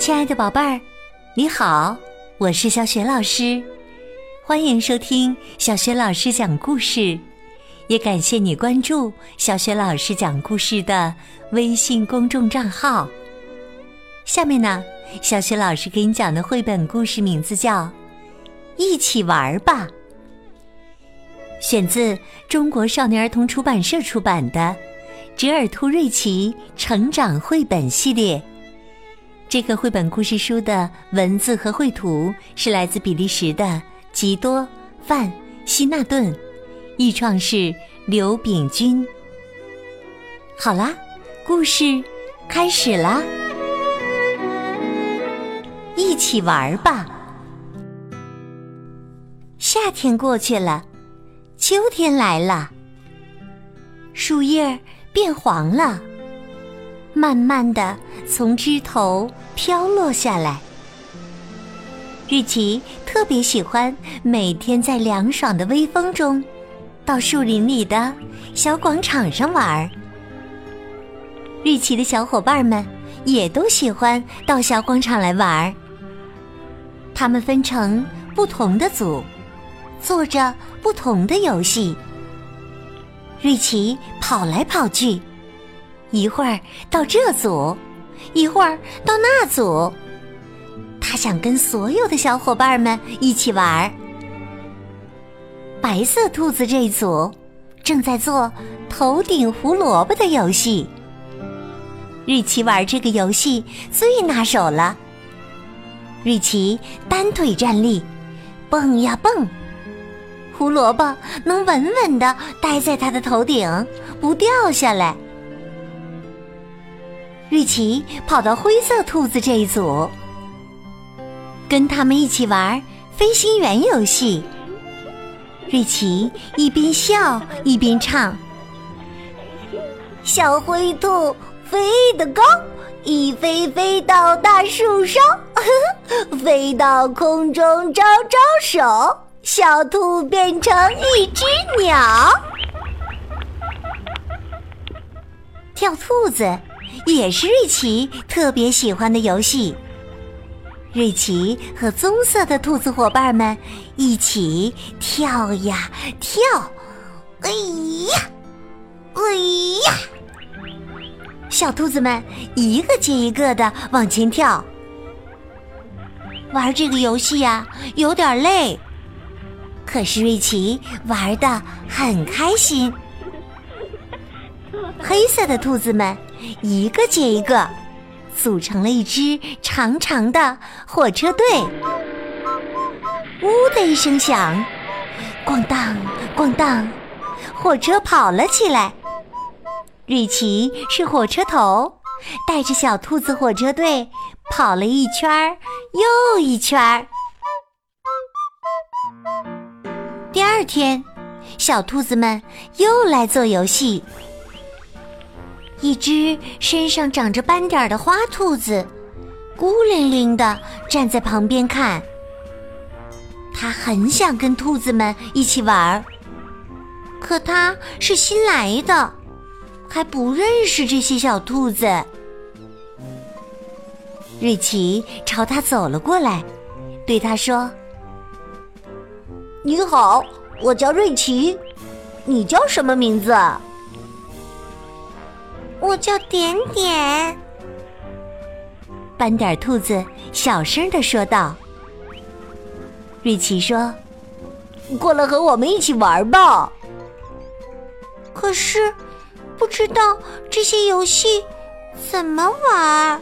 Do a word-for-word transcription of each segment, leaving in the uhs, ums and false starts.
亲爱的宝贝儿，你好，我是小雪老师，欢迎收听小雪老师讲故事，也感谢你关注小雪老师讲故事的微信公众账号。下面呢，小雪老师给你讲的绘本故事名字叫《一起玩吧》，选自中国少年儿童出版社出版的《折耳兔瑞奇成长绘本系列》。这个绘本故事书的文字和绘图是来自比利时的吉多·范·希纳顿，译创是刘炳军。好啦，故事开始啦，一起玩吧。夏天过去了，秋天来了，树叶变黄了，慢慢地从枝头飘落下来。瑞奇特别喜欢每天在凉爽的微风中到树林里的小广场上玩。瑞奇的小伙伴们也都喜欢到小广场来玩，他们分成不同的组，做着不同的游戏。瑞奇跑来跑去，一会儿到这组，一会儿到那组，他想跟所有的小伙伴们一起玩。白色兔子这一组正在做头顶胡萝卜的游戏，瑞奇玩这个游戏最拿手了。瑞奇单腿站立，蹦呀蹦，胡萝卜能稳稳地待在他的头顶，不掉下来。瑞奇跑到灰色兔子这一组，跟他们一起玩飞行员游戏。瑞奇一边笑一边唱：小灰兔飞得高，一飞飞到大树梢，飞到空中招招手，小兔变成一只鸟。跳兔子也是瑞奇特别喜欢的游戏。瑞奇和棕色的兔子伙伴们一起跳呀跳，哎呀，哎呀！小兔子们一个接一个的往前跳。玩这个游戏呀，有点累，可是瑞奇玩得很开心。黑色的兔子们一个接一个，组成了一支长长的火车队。呜的一声响，咣当咣当，火车跑了起来。瑞奇是火车头，带着小兔子火车队跑了一圈又一圈。第二天，小兔子们又来做游戏。一只身上长着斑点的花兔子孤零零地站在旁边看，它很想跟兔子们一起玩，可它是新来的，还不认识这些小兔子。瑞奇朝他走了过来，对他说：你好，我叫瑞奇，你叫什么名字？我叫点点。斑点兔子小声地说道。瑞奇说：过来和我们一起玩吧。可是不知道这些游戏怎么玩。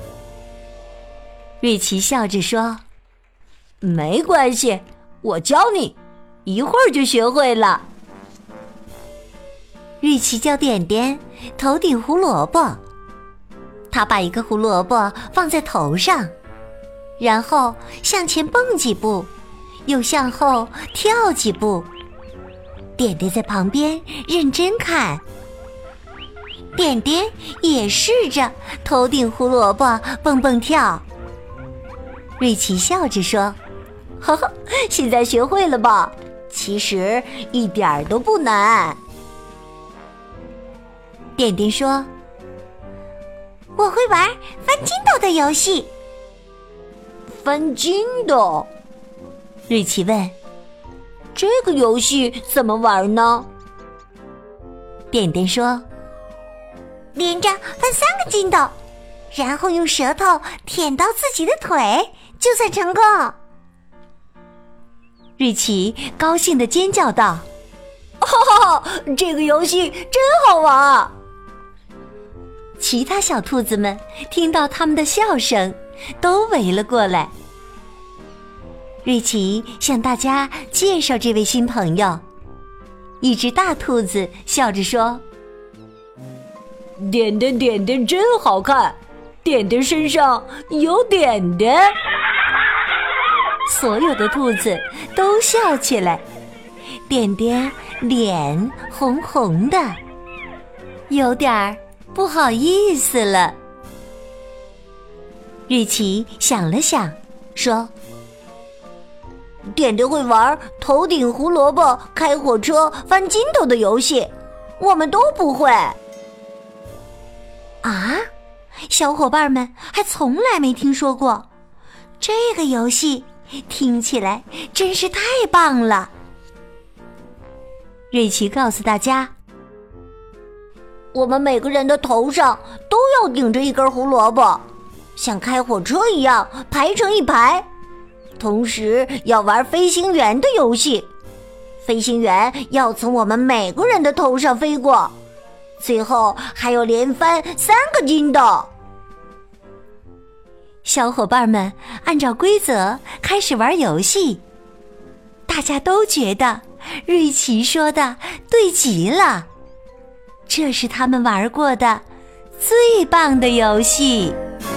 瑞奇笑着说：没关系，我教你，一会儿就学会了。瑞奇教点点头顶胡萝卜，他把一个胡萝卜放在头上，然后向前蹦几步，又向后跳几步。点点在旁边认真看，点点也试着头顶胡萝卜蹦蹦跳。瑞奇笑着说：哈哈，现在学会了吧？其实一点都不难。点点说：我会玩翻筋斗的游戏， 翻筋斗。 瑞奇问： 这个游戏怎么玩呢？ 点点说： 连着翻三个筋斗，然后用舌头舔到自己的腿，就算成功。 瑞奇高兴地尖叫道： 哈哈，这个游戏真好玩！ 其他小兔子们听到他们的笑声，都围了过来。瑞奇向大家介绍这位新朋友。一只大兔子笑着说： 点点点点真好看，点点身上有点点。 所有的兔子都笑起来，点点脸红红的，有点儿不好意思了。瑞奇想了想，说： 点点会玩头顶胡萝卜、开火车、翻筋斗的游戏，我们都不会。 啊，小伙伴们还从来没听说过这个游戏，听起来真是太棒了。瑞奇告诉大家， 我们每个人的头上都要顶着一根胡萝卜，像开火车一样排成一排，同时要玩飞行员的游戏，飞行员要从我们每个人的头上飞过，最后还有连翻三个筋斗。 小伙伴们按照规则开始玩游戏，大家都觉得瑞奇说的对极了，这是他们玩过的最棒的游戏。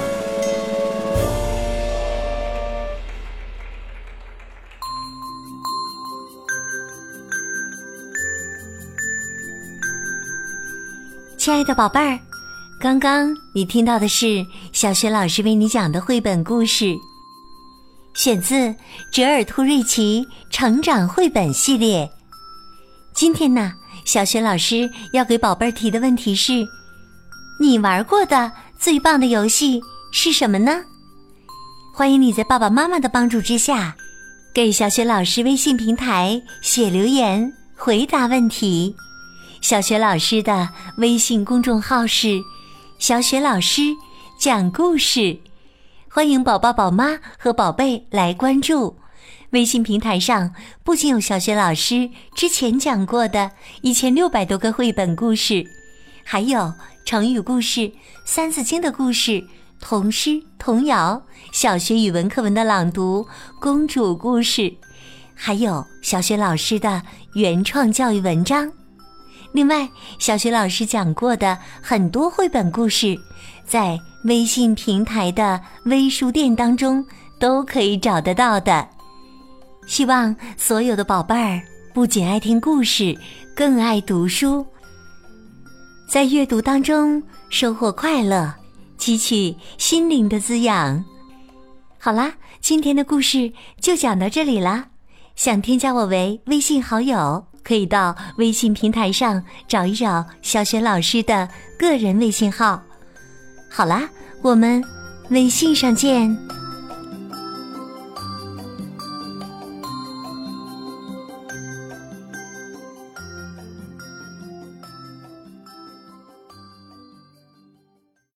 亲爱的宝贝儿，刚刚你听到的是小雪老师为你讲的绘本故事，选自《折耳兔瑞奇成长绘本系列》。今天呢，小雪老师要给宝贝儿提的问题是：你玩过的最棒的游戏是什么呢？欢迎你在爸爸妈妈的帮助之下，给小雪老师微信平台写留言回答问题。小雪老师的微信公众号是小雪老师讲故事，欢迎宝宝宝妈和宝贝来关注。微信平台上不仅有小雪老师之前讲过的一千六百多个绘本故事，还有成语故事、三字经的故事、童诗、童谣、小学语文课文的朗读、公主故事，还有小雪老师的原创教育文章。另外，小雪老师讲过的很多绘本故事，在微信平台的微书店当中都可以找得到的。希望所有的宝贝儿不仅爱听故事，更爱读书，在阅读当中收获快乐，汲取心灵的滋养。好啦，今天的故事就讲到这里啦。想添加我为微信好友，可以到微信平台上找一找小雪老师的个人微信号。好啦，我们微信上见。